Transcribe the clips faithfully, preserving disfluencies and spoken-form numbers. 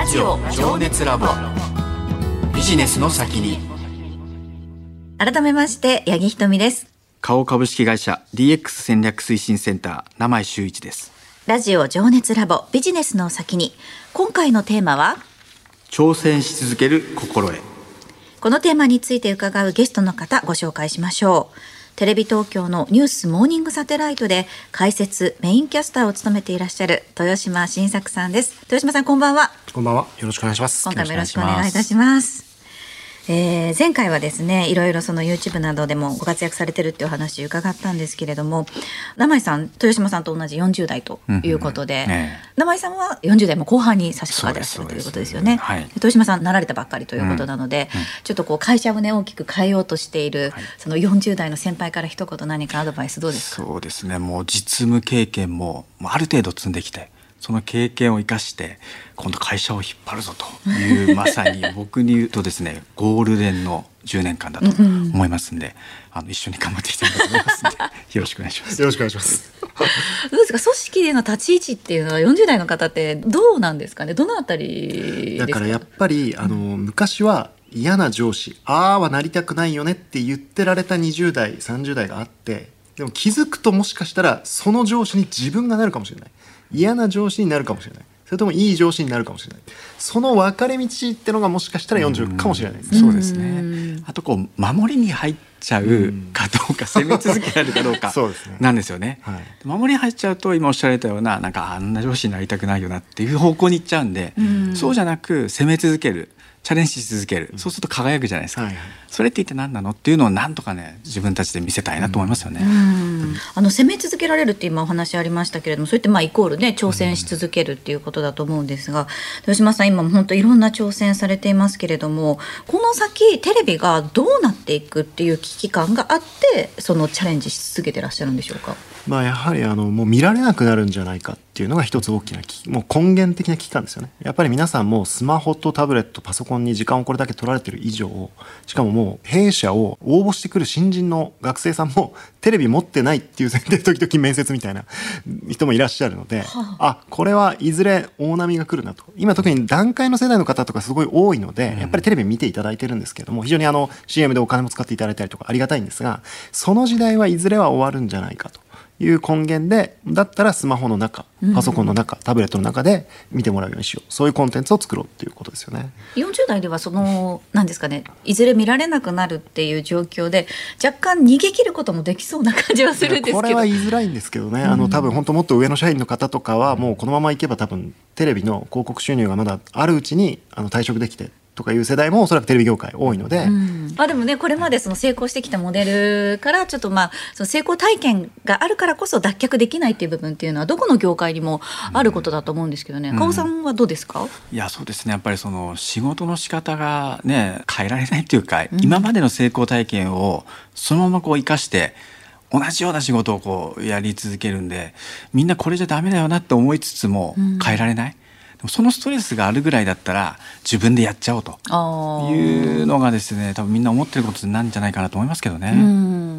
ジオ情熱ラボ、ビジネスの先に。 改めまして八木ひとみです。 花王株式会社 ディーエックス 戦略推進センター名前修一です。 ラジオ情熱ラボ、ビジネスの先に。今回のテーマは挑戦し続ける心得。 このテーマについて伺うゲストの方ご紹介しましょう。テレビ東京のニュースモーニングサテライトで解説メインキャスターを務めていらっしゃる豊島新作さんです。豊島さん、こんばんは。 こんばんは、よろしくお願いします。 今回もよろしくお願いいたします。えー、前回はですね、いろいろその YouTube などでもご活躍されてるっていうお話伺ったんですけれども、名前さん、豊島さんと同じよんじゅう代ということで、うんうんね、名前さんはよんじゅう代も後半に差し掛かってらっしゃるということですよね。はい、豊島さんなられたばっかりということなので、うんうん、ちょっとこう会社をね大きく変えようとしている、はい、そのよんじゅう代の先輩から一言何かアドバイスどうですか？ そうですね、もう実務経験もある程度積んできて、その経験を生かして今度会社を引っ張るぞというまさに僕に言うとですねゴールデンのじゅうねんかんだと思いますんで、あの一緒に頑張っていきたいと思いますのでよろしくお願いします。 よろしくお願いしますどうですか、組織での立ち位置っていうのはよんじゅう代の方ってどうなんですかね。どのあたりですか？ だからやっぱりあの、うん、昔は嫌な上司、ああはなりたくないよねって言ってられたにじゅう代さんじゅう代があって、でも気づくともしかしたらその上司に自分がなるかもしれない、嫌な上司になるかもしれない、それともいい上司になるかもしれない、その分かれ道ってのがもしかしたらよんじゅうかもしれないですね。 そうですね。あとこう守りに入っちゃうかどうか、攻め続けられるかどうかなんですよね。はい、守りに入っちゃうと今おっしゃられたような、なんかあんな上司になりたくないよなっていう方向に行っちゃうんで、うそうじゃなく攻め続ける、チャレンジし続ける、そうすると輝くじゃないですか。はいはい、それって一体何なのっていうのをなんとかね自分たちで見せたいなと思いますよね。うんうん、あの攻め続けられるって今お話ありましたけれども、それってまあイコールね挑戦し続けるっていうことだと思うんですが、豊島さん今も本当いろんな挑戦されていますけれども、この先テレビがどうなっていくっていう危機感があってそのチャレンジし続けてらっしゃるんでしょうか？ まあ、やはりあのもう見られなくなるんじゃないかっていうのが一つ大きな危機、もう根源的な危機感ですよね。やっぱり皆さんもうスマホとタブレット、パソコンに時間をこれだけ取られてる以上、しかももう弊社を応募してくる新人の学生さんもテレビ持ってないっていう前提で時々面接みたいな人もいらっしゃるので、はあ、あこれはいずれ大波が来るなと。今特に団塊の世代の方とかすごい多いので、やっぱりテレビ見ていただいてるんですけども、非常にあの シーエム でお金も使っていただいたりとかありがたいんですが、その時代はいずれは終わるんじゃないかという根源で、だったらスマホの中、パソコンの中、タブレットの中で見てもらうようにしよう、そういうコンテンツを作ろうっていうことですよね。 よんじゅう代ではその何ですかね、いずれ見られなくなるっていう状況で若干逃げ切ることもできそうな感じはするんですけど、 これは言いづらいんですけどね、あの多分本当もっと上の社員の方とかはもうこのままいけば多分テレビの広告収入がまだあるうちにあの退職できてとかいう世代もおそらくテレビ業界多いので、うん、 まあ、でもねこれまでその成功してきたモデルからちょっとまあその成功体験があるからこそ脱却できないっていう部分っていうのはどこの業界にもあることだと思うんですけどね、うん、加尾さんはどうですか？ いやそうですね、やっぱりその仕事の仕方がね変えられないっていうか、うん、今までの成功体験をそのままこう生かして同じような仕事をこうやり続けるんで、みんなこれじゃダメだよなって思いつつも変えられない、うん、でもそのストレスがあるぐらいだったら自分でやっちゃおうというのがですね、多分みんな思ってることなんじゃないかなと思いますけどね。うん、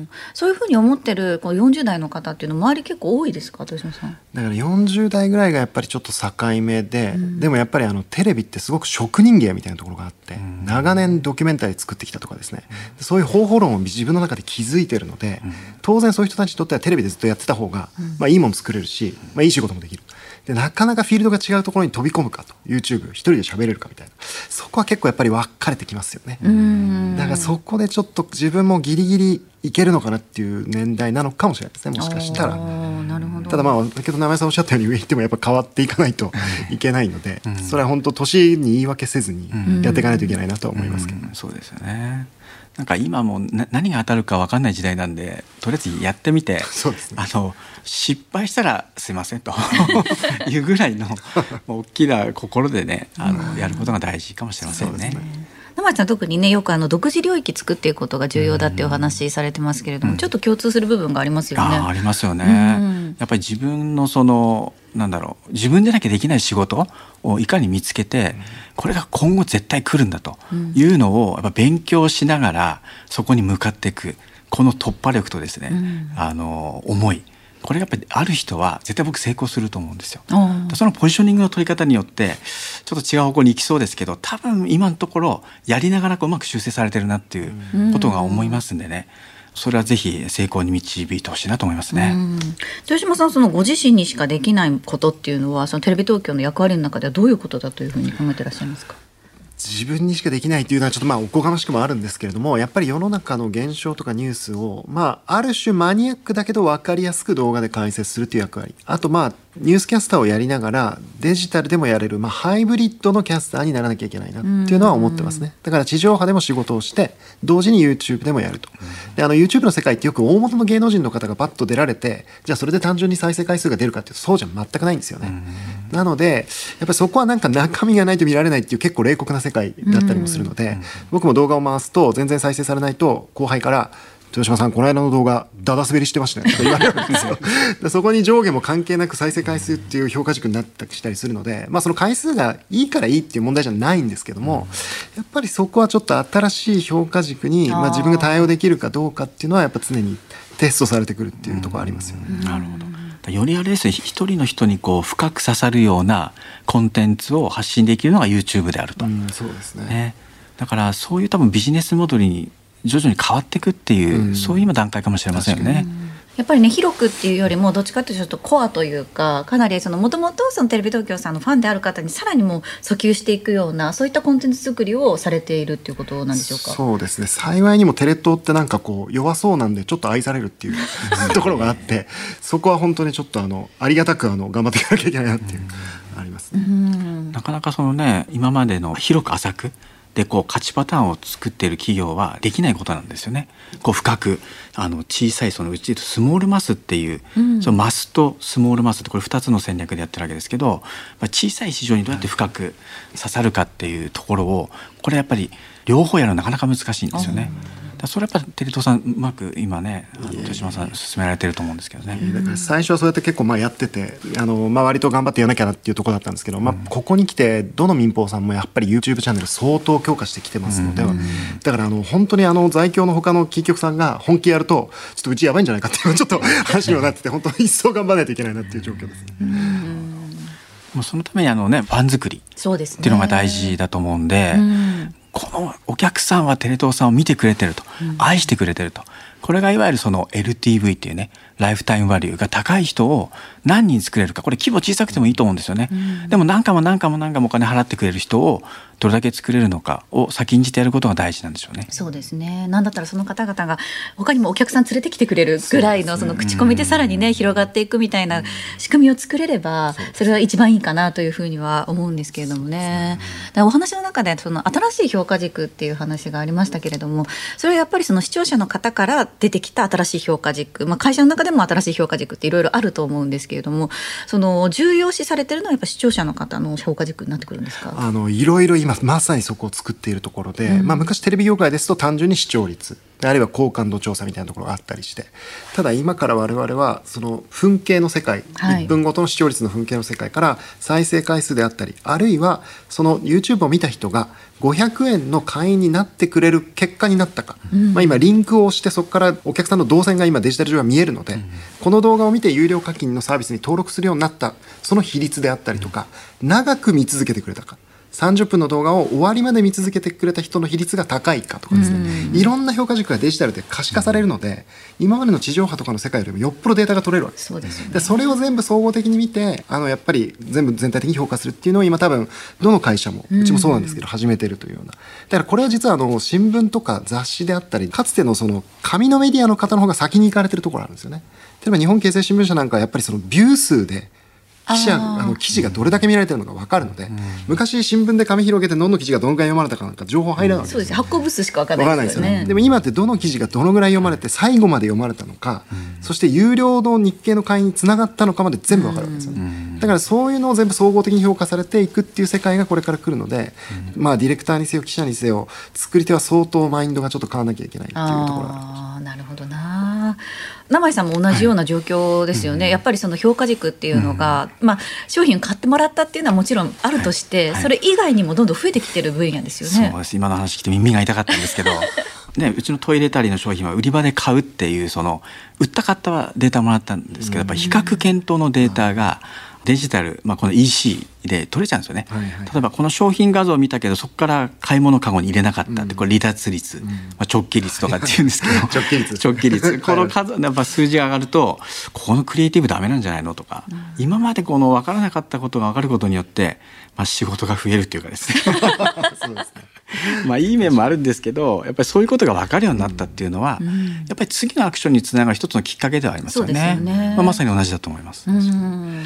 そういうふうに思ってるこうよんじゅう代の方っていうの周り結構多いですか？豊島さん。 だからよんじゅう代ぐらいがやっぱりちょっと境目で、うん、でもやっぱりあのテレビってすごく職人芸みたいなところがあって、うん、長年ドキュメンタリー作ってきたとかですね、うん、そういう方法論を自分の中で気づいてるので、うん、当然そういう人たちにとってはテレビでずっとやってた方が、うん、まあ、いいもの作れるし、まあ、いい仕事もできる。でなかなかフィールドが違うところに飛び込むかと、 YouTube 一人で喋れるかみたいな、そこは結構やっぱり分かれてきますよね。うん、だからそこでちょっと自分もギリギリいけるのかなっていう年代なのかもしれないですね、もしかしたら。 なるほど。 ただまあ先ほど名前さんおっしゃったように上行ってもやっぱ変わっていかないといけないので、それは本当年に言い訳せずにやっていかないといけないなとは思いますけど、ね。 うんうん、そうですよね。なんか今もな何が当たるか分かんない時代なんで、とりあえずやってみて、 そうですね、 あの失敗したらすいませんというぐらいの大きな心でね、あのやることが大事かもしれませんね。 名前さん特にねよくあの独自領域作っていくことが重要だっていうお話されてますけれども、うん、ちょっと共通する部分がありますよね。 あ, ありますよね、うん、やっぱり自分のそのなんだろう自分でなきゃできない仕事をいかに見つけて、これが今後絶対来るんだというのをやっぱ勉強しながらそこに向かっていく、この突破力とですね、うん、あの思い、 これがやっぱりある人は絶対僕成功すると思うんですよ。 あーそのポジショニングの取り方によってちょっと違う方向に行きそうですけど、多分今のところやりながらこううまく修正されてるなっていうことが思いますんでね、それはぜひ成功に導いてほしいなと思いますね。 うん豊島さん、そのご自身にしかできないことっていうのはそのテレビ東京の役割の中ではどういうことだというふうに考えていらっしゃいますか？ 自分にしかできないというのはちょっとまあおこがましくもあるんですけれども、やっぱり世の中の現象とかニュースをまあある種マニアックだけど分かりやすく動画で解説するという役割、あとまあニュースキャスターをやりながらデジタルでもやれる、まあ、ハイブリッドのキャスターにならなきゃいけないなっていうのは思ってますね。だから地上波でも仕事をして同時に YouTube でもやると。であの YouTube の世界ってよく大元の芸能人の方がバッと出られて、じゃあそれで単純に再生回数が出るかっていうとそうじゃ全くないんですよね。なのでやっぱりそこはなんか中身がないと見られないっていう結構冷酷な世界だったりもするので、僕も動画を回すと全然再生されないと後輩から豊島さんこの間の動画ダダ滑りしてましたねとか言われるんですよ。でそこに上下も関係なく再生回数っていう評価軸になったりしたりするので、まあ、その回数がいいからいいっていう問題じゃないんですけども、やっぱりそこはちょっと新しい評価軸に、まあ、自分が対応できるかどうかっていうのはやっぱ常にテストされてくるっていうところありますよね。 なるほど。よりあれですね、一人の人にこう深く刺さるようなコンテンツを発信できるのが YouTube であると、 うんそうですね。 ね、だからそういう多分ビジネスモデルに徐々に変わっていくっていう、うん、そういう今段階かもしれませんよね。 やっぱりね、広くっていうよりもどっちかというとちょっとコアというか、かなりもともとテレビ東京さんのファンである方にさらにもう訴求していくような、そういったコンテンツ作りをされているっていうことなんでしょうか？ そうですね、幸いにもテレ東ってなんかこう弱そうなんでちょっと愛されるっていうところがあってそこは本当にちょっとあのありがたくあの頑張っていかなきゃいけないなっていう、うん、ありますね。 うんなかなかそのね、今までの広く浅くでこう勝ちパターンを作っている企業はできないことなんですよね。こう深くあの小さいそのうちで言うとスモールマスっていう、うん、そのマスとスモールマスってこれふたつの戦略でやってるわけですけど、まあ、小さい市場にどうやって深く刺さるかっていうところをこれやっぱり両方やるのなかなか難しいんですよね。だそれはやっぱりテレ東さんうまく今ねあの豊島さん進められてると思うんですけどね。 だから最初はそうやって結構まあやっててあの、まあ、割と頑張ってやらなきゃなっていうところだったんですけど、まあ、ここに来てどの民放さんもやっぱり YouTube チャンネル相当強化してきてますので、うん、だからあの本当にあの在京の他のキー局さんが本気やるとちょっとうちやばいんじゃないかっていうちょっと話にはなってて本当に一層頑張らないといけないなっていう状況ですね。うんもうそのためにあの、ね、ファン作りっていうのが大事だと思うんで、うんこのお客さんはテレ東さんを見てくれてると、うん、愛してくれてると、これがいわゆるその エルティーブイ っていうねライフタイムバリューが高い人を何人作れるか、これ規模小さくてもいいと思うんですよね、うん、でも何回も何回も何回もお金払ってくれる人をどれだけ作れるのかを先んじてやることが大事なんでしょうね。 そうですね。なんだったらその方々が他にもお客さん連れてきてくれるぐらいのその口コミでさらにね広がっていくみたいな仕組みを作れればそれは一番いいかなというふうには思うんですけれどもね。だからお話の中でその新しい評価軸っていう話がありましたけれども、それはやっぱりその視聴者の方から出てきた新しい評価軸、まあ、会社の中でも新しい評価軸っていろいろあると思うんですけれども、その重要視されているのはやっぱ視聴者の方の評価軸になってくるんですか？ あのいろいろ今まさにそこを作っているところで、うんまあ、昔テレビ業界ですと単純に視聴率あるいは好感度調査みたいなところがあったりして、ただ今から我々はその分系の世界、はい、いっぷんごとの視聴率の分系の世界から再生回数であったり、あるいはその YouTube を見た人がごひゃくえんの会員になってくれる結果になったか、うんまあ、今リンクを押してそこからお客さんの動線が今デジタル上は見えるので、うん、この動画を見て有料課金のサービスに登録するようになったその比率であったりとか、長く見続けてくれたか、さんじゅっぷんの動画を終わりまで見続けてくれた人の比率が高いかとかですね、いろんな評価軸がデジタルで可視化されるので、今までの地上波とかの世界よりもよっぽどデータが取れるわけです。 そうですよね。 でそれを全部総合的に見てあのやっぱり全部全体的に評価するっていうのを今多分どの会社もうちもそうなんですけど始めてるというような。だからこれは実はあの新聞とか雑誌であったりかつてのその紙のメディアの方の方が先に行かれてるところあるんですよね。例えば日本経済新聞社なんかはやっぱりそのビュー数で記者あの記事がどれだけ見られてるのか分かるので、うん、昔新聞で紙広げてどの記事がどのくらい読まれたかなんか情報入らないわけです、 うん、そうです。発行部数しか分からないですよね。 分かんないですよね。でも今ってどの記事がどのぐらい読まれて最後まで読まれたのか、うん、そして有料の日経の会員につながったのかまで全部分かるわけですよね、うん、だからそういうのを全部総合的に評価されていくっていう世界がこれから来るので、うん、まあディレクターにせよ記者にせよ作り手は相当マインドがちょっと変わらなきゃいけないっていうところがあるかもしれない。 あ、なるほどな。生井さんも同じような状況ですよね、はい、やっぱりその評価軸っていうのが、うんまあ、商品を買ってもらったっていうのはもちろんあるとして、はい、それ以外にもどんどん増えてきてる分野ですよね。 そうです。今の話聞いて耳が痛かったんですけどね、うちのトイレタリーの商品は売り場で買うっていうその売った買ったはデータもらったんですけど、やっぱり比較検討のデータがデジタル、まあ、この イーシー で取れちゃうんですよね、はいはい、例えばこの商品画像を見たけどそこから買い物カゴに入れなかったって、これ離脱率、うんまあ、直帰率とかっていうんですけど直帰率直帰率この数やっぱ数字が上がるとここのクリエイティブダメなんじゃないのとか、うん、今までこの分からなかったことが分かることによって、まあ、仕事が増えるっていうかですねそうですねまあいい面もあるんですけど、やっぱりそういうことが分かるようになったっていうのは、うん、やっぱり次のアクションにつながる一つのきっかけではありますよね。そうですよね。まあ、まさに同じだと思います、うん、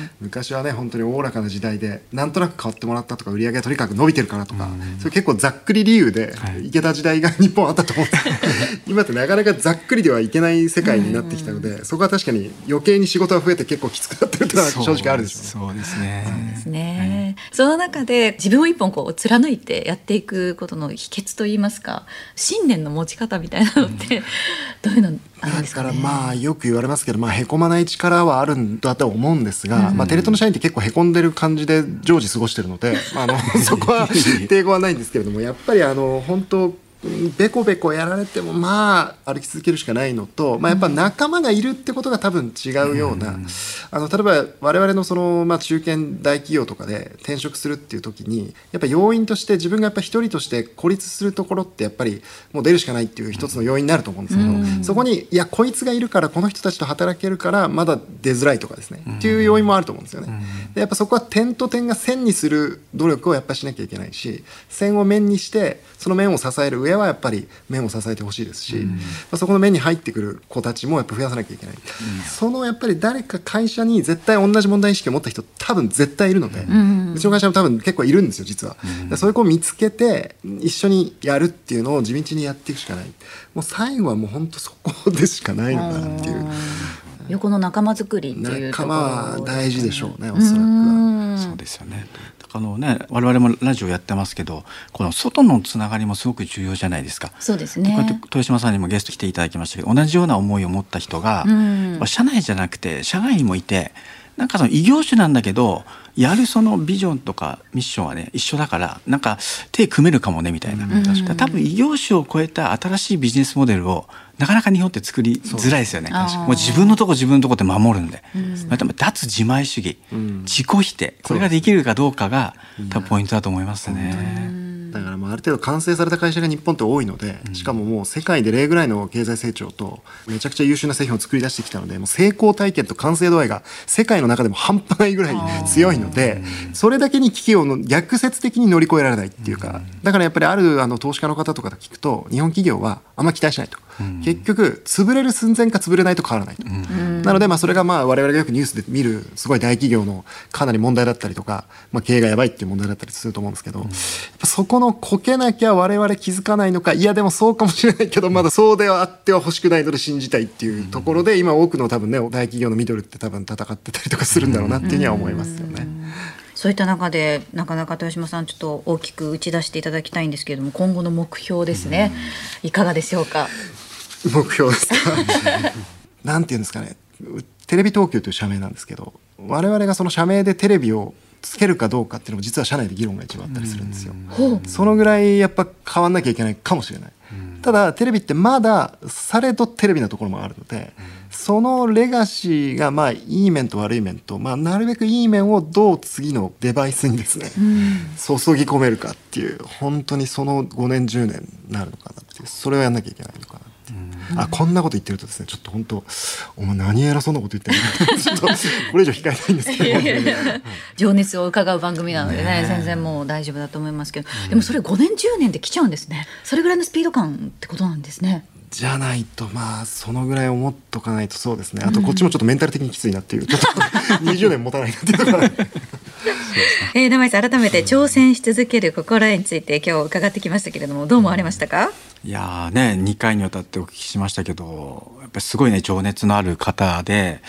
昔はね本当におおらかな時代でなんとなく買ってもらったとか売り上げがとにかく伸びてるからとか、うん、それ結構ざっくり理由でいけた時代が日本あったと思うんです、はい、今ってなかなかざっくりではいけない世界になってきたので、うん、そこは確かに余計に仕事が増えて結構きつくなってるっていうのは正直あるでしょうね。 そうですね。 そうですね、はい、その中で自分を一本こう貫いてやっていくことの秘訣といいますか信念の持ち方みたいなのってどういうのあるんですかね。 だからまあよく言われますけど、まあ、へこまない力はあるんだと思うんですが、うんまあ、テレ東の社員って結構へこんでる感じで常時過ごしてるので、まあ、あのそこは抵抗はないんですけれども、やっぱりあの本当ベコベコやられてもまあ歩き続けるしかないのと、まあ、やっぱ仲間がいるってことが多分違うような、うん、あの例えば我々のその、まあ、中堅大企業とかで転職するっていう時にやっぱ要因として自分がやっぱ一人として孤立するところってやっぱりもう出るしかないっていう一つの要因になると思うんですけど、うん、そこにいやこいつがいるからこの人たちと働けるからまだ出づらいとかですね、うん、っていう要因もあると思うんですよね、うん、でやっぱそこは点と点が線にする努力をやっぱしなきゃいけないし、線を面にしてその面を支える上はやっぱり面を支えてほしいですし、うんまあ、そこの面に入ってくる子たちもやっぱ増やさなきゃいけない、うん、そのやっぱり誰か会社に絶対同じ問題意識を持った人多分絶対いるので、うん、うちの会社も多分結構いるんですよ実は、うん、そういう子を見つけて一緒にやるっていうのを地道にやっていくしかない。もう最後はもう本当そこでしかないのかなっていう、 横の仲間作りっていうところ、 仲間は大事でしょうね、おそらくは。 そうですよね。あのね、我々もラジオやってますけどこの外のつながりもすごく重要じゃないですか。 そうですね。 こうやって豊島さんにもゲスト来ていただきましたけど同じような思いを持った人が、うん、社内じゃなくて社外にもいてなんかその異業種なんだけどやるそのビジョンとかミッションはね一緒だからなんか手組めるかもねみたいな、うん、多分異業種を超えた新しいビジネスモデルをなかなか日本って作りづらいですよね。もう自分のとこ自分のとこって守るんで、うん、まあ、脱自前主義、うん、自己否定これができるかどうかが多分ポイントだと思いますね。 だからもうある程度完成された会社が日本って多いので、しかももう世界で例ぐらいの経済成長とめちゃくちゃ優秀な製品を作り出してきたので、もう成功体験と完成度合いが世界の中でも半端ないぐらい強いので、それだけに危機を逆説的に乗り越えられないっていうか、だからやっぱりあるあの投資家の方とかで聞くと日本企業はあんま期待しないと、結局潰れる寸前か潰れないと変わらないと、なのでまあそれがまあ我々がよくニュースで見るすごい大企業のかなり問題だったりとか、まあ、経営がやばいっていう問題だったりすると思うんですけど、やっぱそこのこけなきゃ我々気づかないのか、いやでもそうかもしれないけどまだそうではあっては欲しくないので信じたいっていうところで、今多くの多分ね大企業のミドルって多分戦ってたりとかするんだろうなっていうには思いますよね。 そういった中でなかなか豊島さんちょっと大きく打ち出していただきたいんですけれども、今後の目標ですね、いかがでしょうか。 目標ですかなんていうんですかね、テレビ東急という社名なんですけど、我々がその社名でテレビをつけるかどうかっていうのも実は社内で議論が一番あったりするんですよ。そのぐらいやっぱ変わんなきゃいけないかもしれない。ただテレビってまだされどテレビなところもあるので、そのレガシーがまあいい面と悪い面と、まあ、なるべくいい面をどう次のデバイスにですね、注ぎ込めるかっていう、本当にそのごねんじゅうねんになるのかなっていう、それをやんなきゃいけないのかな。あ、こんなこと言ってるとですね、ちょっと本当お前何偉そうなこと言ってるのちょっとこれ以上控えたいんですけどいやいやいや情熱を伺う番組なので ね, ね全然もう大丈夫だと思いますけど、うん、でもそれごねんじゅうねんで来ちゃうんですね。それぐらいのスピード感ってことなんですね。 じゃないとまあそのぐらい思っとかないと。そうですね。あとこっちもちょっとメンタル的にきついなっていう、うん、ちょっとにじゅうねん持たないなっていうところえー、名前さん改めて挑戦し続ける心得について今日伺ってきましたけれども、どう思われましたか。 いやね、にかいにわたってお聞きしましたけど、やっぱりすごいね情熱のある方で、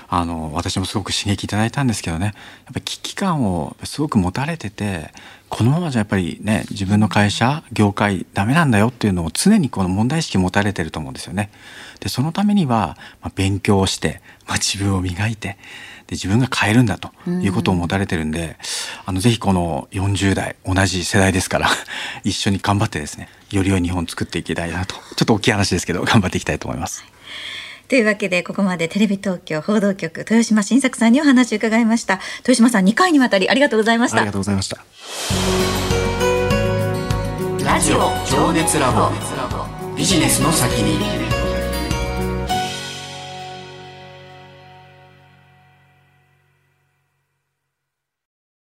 あの私もすごく刺激いただいたんですけどね、やっぱり危機感をすごく持たれてて、このままじゃやっぱりね自分の会社業界ダメなんだよっていうのを常にこの問題意識持たれてると思うんですよね。でそのためには、まあ、勉強をして、まあ、自分を磨いて、で自分が変えるんだということを持たれてるんで、うん、あのぜひこのよんじゅう代同じ世代ですから一緒に頑張ってですね、より良い日本を作っていきたいなと、ちょっと大きい話ですけど頑張っていきたいと思います。 はい、というわけでここまでテレビ東京報道局豊島新作さんにお話を伺いました。豊島さんにかいにわたりありがとうございました。 ありがとうございました。 ラジオ情熱ラボ、ビジネスの先に